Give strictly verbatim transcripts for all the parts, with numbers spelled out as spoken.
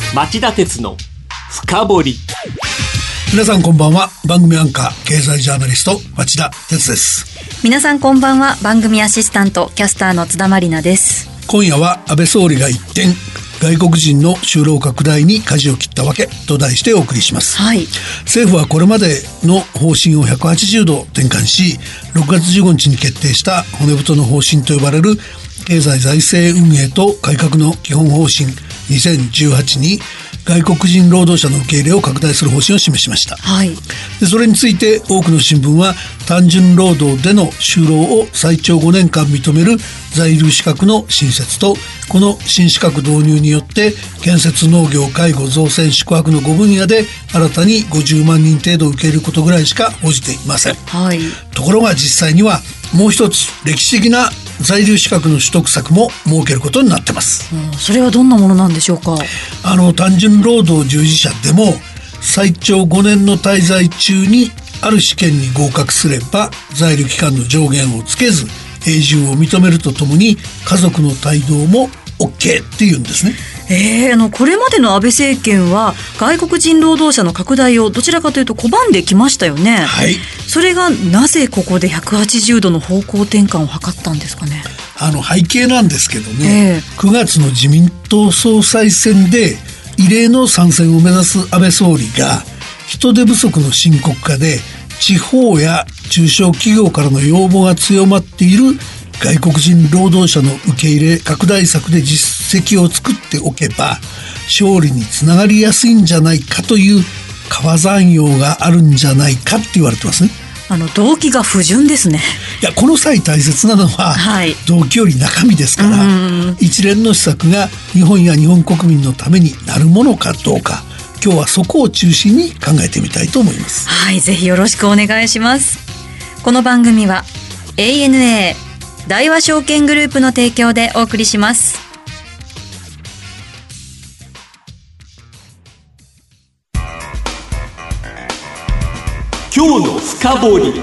町田鉄の深掘り。 皆さんこんばんは。番組アンカー経済ジャーナリスト町田鉄です。 皆さんこんばんは。番組アシスタントキャスターの津田まりなです。 今夜は安倍総理が一転外国人の就労拡大に舵を切ったわけと題してお送りします、 はい、 政府はこれまでの方針をひゃくはちじゅうど転換し、ろくがつじゅうごにちに決定した骨太の方針と呼ばれる経済財政運営と改革の基本方針にせんじゅうはちに外国人労働者の受け入れを拡大する方針を示しました、 はい、 でそれについて多くの新聞は単純労働での就労を最長ごねんかん認める在留資格の新設と、この新資格導入によって建設、農業、介護、造船、宿泊のごぶんやで新たにごじゅうまんにん程度受け入れることぐらいしか報じていません、 はい、 ところが実際にはもう一つ歴史的な在留資格の取得策も設けることになってます、 うん、それはどんなものなんでしょうか。 あの単純労働従事者でも最長ごねんの滞在中にある試験に合格すれば在留期間の上限をつけず永住を認めるとともに家族の帯同も OK っていうんですね。 えー、あのこれまでの安倍政権は外国人労働者の拡大をどちらかというと拒んできましたよね、 はい、 それがなぜここでひゃくはちじゅうどの方向転換を図ったんですかね。 あの背景なんですけどね、 えー、 くがつの自民党総裁選で異例の参戦を目指す安倍総理が人手不足の深刻化で地方や中小企業からの要望が強まっている外国人労働者の受け入れ拡大策で実績を作っておけば勝利につながりやすいんじゃないかという川山用があるんじゃないかって言われてますね。 あの動機が不純ですね。 いやこの際大切なのは、はい、動機より中身ですから、一連の施策が日本や日本国民のためになるものかどうか、今日はそこを中心に考えてみたいと思います。 はい、ぜひよろしくお願いします。この番組は エーエヌエー 大和証券グループの提供でお送りします。 今日の深掘り。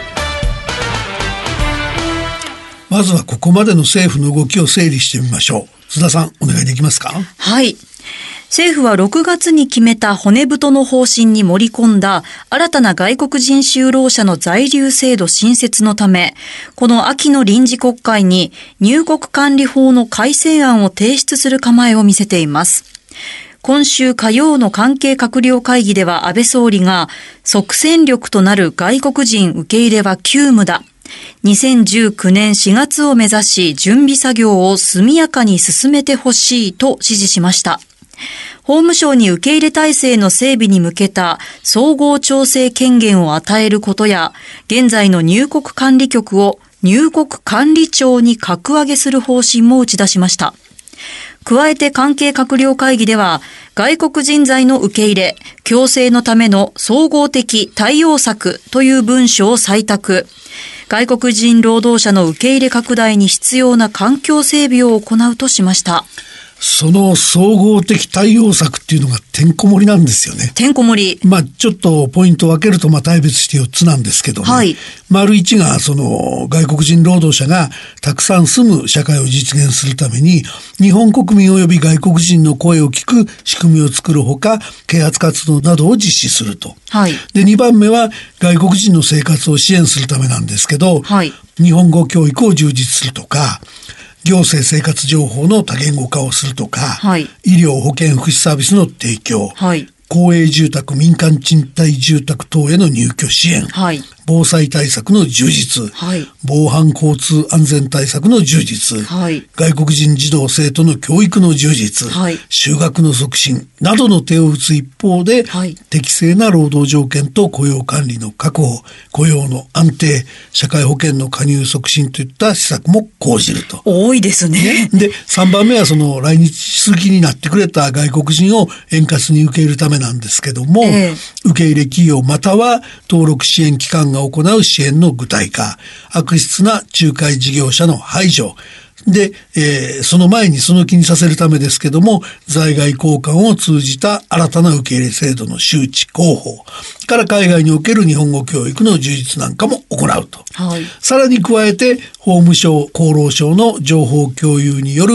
まずはここまでの政府の動きを整理してみましょう。津田さんお願いできますか。 はい、政府はろくがつに決めた骨太の方針に盛り込んだ新たな外国人就労者の在留制度新設のため、この秋の臨時国会に入国管理法の改正案を提出する構えを見せています。今週火曜の関係閣僚会議では安倍総理が即戦力となる外国人受け入れは急務だ。にせんじゅうきゅうねんしがつを目指し準備作業を速やかに進めてほしいと指示しました。法務省に受け入れ体制の整備に向けた総合調整権限を与えることや、現在の入国管理局を入国管理庁に格上げする方針も打ち出しました。加えて関係閣僚会議では、外国人材の受け入れ、共生のための総合的対応策という文書を採択。外国人労働者の受け入れ拡大に必要な環境整備を行うとしました。 その総合的対応策っていうのがてんこ盛りなんですよね。 てんこ盛り。 まあちょっとポイントを分けるとまあ大別してよっつなんですけどね。はい。丸いちがその外国人労働者がたくさん住む社会を実現するために日本国民及び外国人の声を聞く仕組みを作るほか、啓発活動などを実施すると。はい。でにばんめは外国人の生活を支援するためなんですけど、はい。日本語教育を充実するとか、行政生活情報の多言語化をするとか、はい、医療保健福祉サービスの提供、はい、公営住宅民間賃貸住宅等への入居支援、はい、防災対策の充実、はい、防犯交通安全対策の充実、はい、外国人児童生徒の教育の充実、はい、就学の促進などの手を打つ一方で、はい、適正な労働条件と雇用管理の確保、雇用の安定、社会保険の加入促進といった施策も講じると。 多いですね。 で、さんばんめはその来日する気になってくれた外国人を円滑に受け入れるためなんですけども、えー、受け入れ企業または登録支援機関が行う支援の具体化、悪質な仲介事業者の排除で、えー、その前にその気にさせるためですけども、在外交換を通じた新たな受け入れ制度の周知広報から海外における日本語教育の充実なんかも行うと、はい、さらに加えて法務省厚労省の情報共有による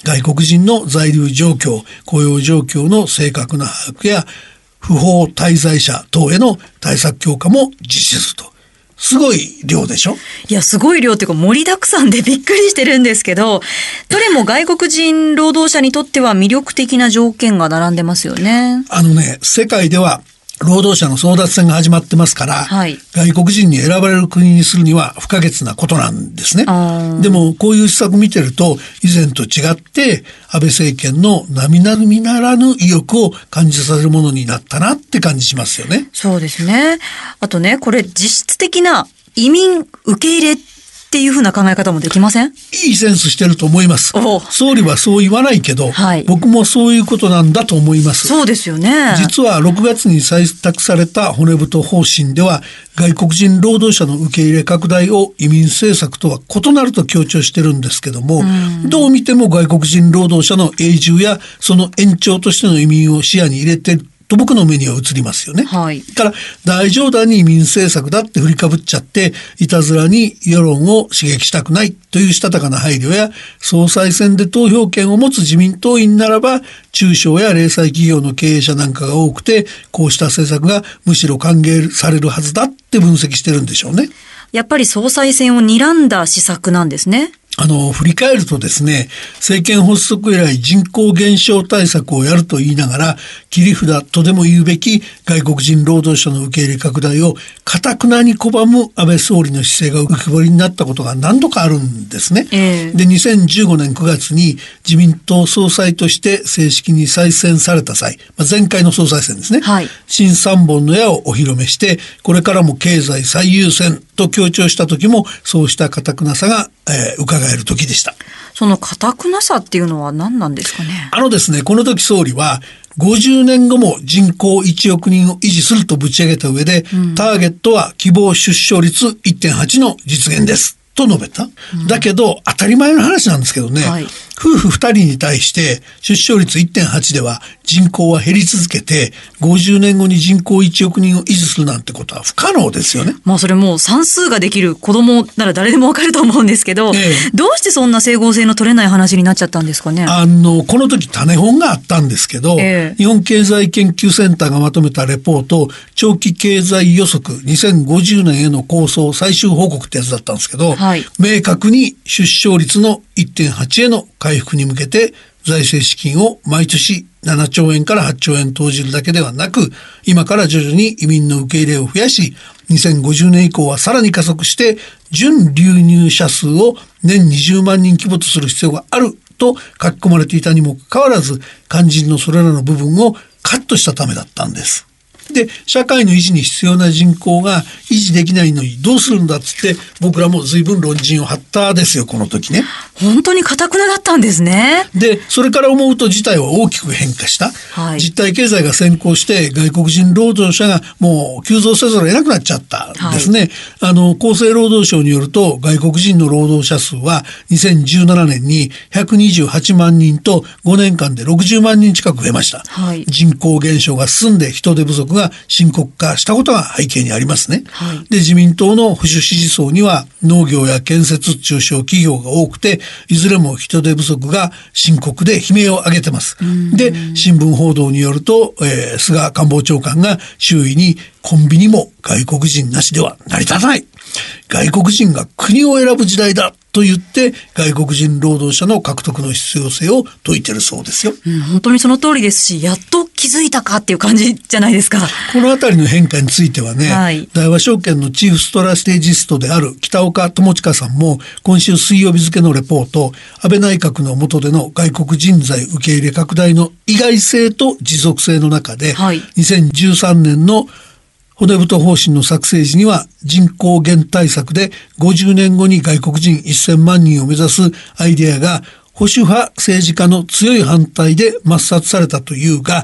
外国人の在留状況、雇用状況の正確な把握や不法滞在者等への対策強化も実施すると。すごい量でしょ。 いや、すごい量っていうか盛りだくさんでびっくりしてるんですけど、どれも外国人労働者にとっては魅力的な条件が並んでますよね。 あのね、世界では労働者の争奪戦が始まってますから、はい、外国人に選ばれる国にするには不可欠なことなんですね。でもこういう施策見てると以前と違って安倍政権の並なるみならぬ意欲を感じさせるものになったなって感じしますよね。 そうですね。あとね、これ実質的な移民受け入れっていう風な考え方もできません？ いいセンスしてると思います。総理はそう言わないけど、はい、僕もそういうことなんだと思います。 そうですよね。 実はろくがつに採択された骨太方針では外国人労働者の受け入れ拡大を移民政策とは異なると強調してるんですけども、うどう見ても外国人労働者の永住やその延長としての移民を視野に入れてると僕の目には映りますよね。はい。から大冗談に移民政策だって振りかぶっちゃっていたずらに世論を刺激したくないというしたたかな配慮や、総裁選で投票権を持つ自民党員ならば中小や零細企業の経営者なんかが多くて、こうした政策がむしろ歓迎されるはずだって分析してるんでしょうね。 やっぱり総裁選を睨んだ施策なんですね。 あの、振り返るとですね、政権発足以来人口減少対策をやると言いながら、切り札とでも言うべき外国人労働者の受け入れ拡大を堅くなに拒む安倍総理の姿勢が浮き彫りになったことが何度かあるんですね。えー、で、にせんじゅうごねんくがつに自民党総裁として正式に再選された際、まあ、前回の総裁選ですね、はい、新三本の矢をお披露目して、これからも経済最優先と強調した時も、そうした堅くなさが、えー、伺える時でした。 その堅くなさっていうのは何なんですかね。 あのですね、この時総理はごじゅうねんごも人口いちおくにんを維持するとぶち上げた上で、うん、ターゲットは希望出生率 いってんはち の実現ですと述べた。うん、だけど当たり前の話なんですけどね、はい、夫婦ふたりに対して出生率 いってんはち では人口は減り続けて、ごじゅうねんごに人口いちおくにんを維持するなんてことは不可能ですよね。 まあそれもう算数ができる子供なら誰でもわかると思うんですけど、ええ、どうしてそんな整合性の取れない話になっちゃったんですかね。 あのこの時種本があったんですけど、ええ、日本経済研究センターがまとめたレポート、長期経済予測にせんごじゅうねんへの構想最終報告ってやつだったんですけど、はい、明確に出生率の いってんはち への回復に向けて財政資金を毎年ななちょうえんからはちちょうえん投じるだけではなく、今から徐々に移民の受け入れを増やし、にせんごじゅうねん以降はさらに加速して純流入者数を年にじゅうまんにん規模とする必要があると書き込まれていたにもかかわらず、肝心のそれらの部分をカットしたためだったんです。で、社会の維持に必要な人口が維持できないのにどうするんだっつって、僕らも随分論陣を張ったですよ、この時ね。 本当に堅くなだったんですね。 で、それから思うと事態は大きく変化した、はい、実体経済が先行して外国人労働者がもう急増せざるを得なくなっちゃったんですね、はい、あの厚生労働省によると、外国人の労働者数はにせんじゅうななねんにひゃくにじゅうはちまんにんとごねんかんでろくじゅうまんにん近く増えました、はい、人口減少が進んで人手不足が深刻化したことが背景にありますね、はい、で、自民党の保守支持層には農業や建設中小企業が多くて、いずれも人手不足が深刻で悲鳴を上げてます。で、新聞報道によると、えー、菅官房長官が周囲にコンビニも外国人なしでは成り立たない、外国人が国を選ぶ時代だと言って外国人労働者の獲得の必要性を説いてるそうですよ、 うん、本当にその通りですし、やっと気づいたかっていう感じじゃないですか。 このあたりの変化についてはね、はい、大和証券のチーフストラテジストである北岡友親さんも今週水曜日付のレポート、安倍内閣の下での外国人材受け入れ拡大の意外性と持続性の中で、はい、にせんじゅうさんねんの骨太方針の作成時には人口減対策でごじゅうねんごに外国人せんまんにんを目指すアイデアが保守派政治家の強い反対で抹殺されたというが、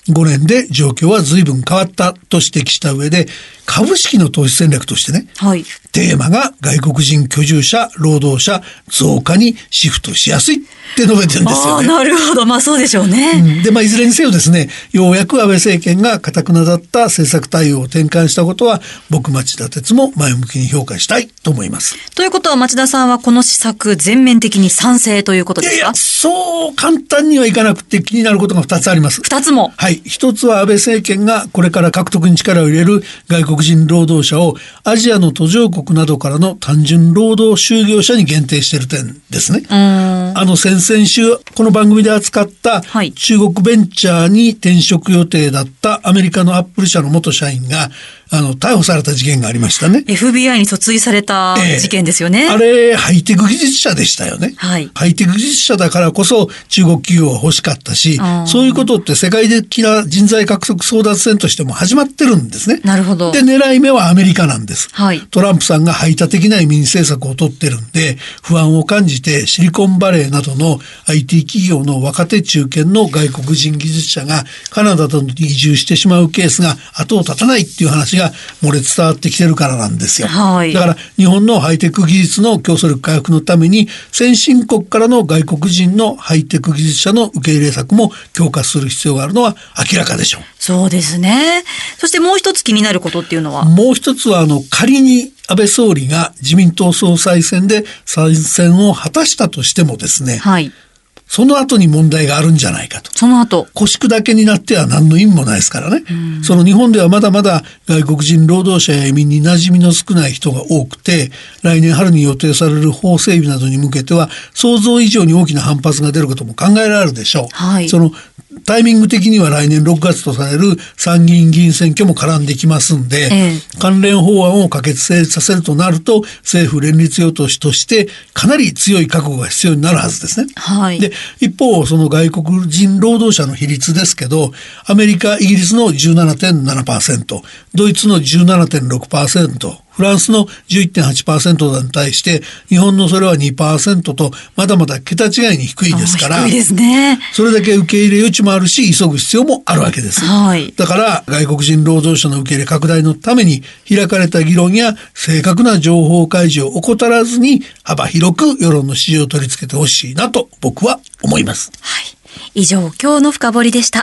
ごねんで状況は随分変わったと指摘した上で、株式の投資戦略としてね、はい、テーマが外国人居住者、労働者増加にシフトしやすいって述べてるんですよね。 あ、なるほど。まあそうでしょうね。 うん、で、まあいずれにせよですね、ようやく安倍政権が固くなだった政策対応を転換したことは、僕町田鉄も前向きに評価したいと思います。 ということは町田さんはこの施策全面的に賛成ということですか？ いやいや、そう簡単にはいかなくて気になることがふたつあります。 ふたつも。 はい。ひとつは安倍政権がこれから獲得に力を入れる外国人労働者をアジアの途上国などからの単純労働就業者に限定している点ですね。あの先々週この番組で扱った中国ベンチャーに転職予定だったアメリカのアップル社の元社員があの逮捕された事件がありましたね。 エフビーアイ に訴追された事件ですよね、 えー、あれハイテク技術者でしたよね、はい、ハイテク技術者だからこそ中国企業は欲しかったし、そういうことって世界的な人材獲得争奪戦としても始まってるんですね。 なるほど。 で狙い目はアメリカなんです、はい、トランプさんが排他的な移民政策を取ってるんで不安を感じてシリコンバレーなどの アイティー 企業の若手中堅の外国人技術者がカナダなどに移住してしまうケースが後を絶たないっていう話が漏れ伝わってきてるからなんですよ、はい、だから日本のハイテク技術の競争力回復のために先進国からの外国人のハイテク技術者の受け入れ策も強化する必要があるのは明らかでしょう。 そうですね。そしてもう一つ気になることっていうのは、 もう一つはあの仮に安倍総理が自民党総裁選で再選を果たしたとしてもですね、はい、その後に問題があるんじゃないかと。 その後腰砕けになっては何の意味もないですからね。その日本ではまだまだ外国人労働者や移民に馴染みの少ない人が多くて、来年春に予定される法整備などに向けては想像以上に大きな反発が出ることも考えられるでしょう、はい、そのタイミング的には来年ろくがつとされる参議院議員選挙も絡んできますんで、えー、関連法案を可決成立させるとなると政府連立与党としてかなり強い覚悟が必要になるはずですね、はい、で一方その外国人労働者の比率ですけど、アメリカイギリスの じゅうななてんななパーセント、 ドイツの じゅうななてんろくパーセント、フランスの じゅういってんはちパーセント に対して日本のそれは にパーセント とまだまだ桁違いに低いですから、 低いですね。 それだけ受け入れ余地もあるし急ぐ必要もあるわけです、はい、だから外国人労働者の受け入れ拡大のために開かれた議論や正確な情報開示を怠らずに幅広く世論の支持を取り付けてほしいなと僕は思います、 はい、以上今日の深掘りでした。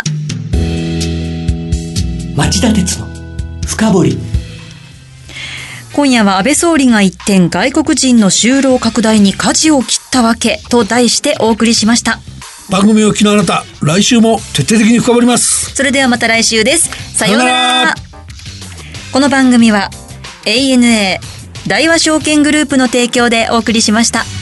町田鉄の深掘り。 今夜は安倍総理が一転外国人の就労拡大に舵を切ったわけと題してお送りしました。 番組を聞きのあなた、来週も徹底的に深掘ります。 それではまた来週です。さようなら。この番組は エーエヌエー 大和証券グループの提供でお送りしました。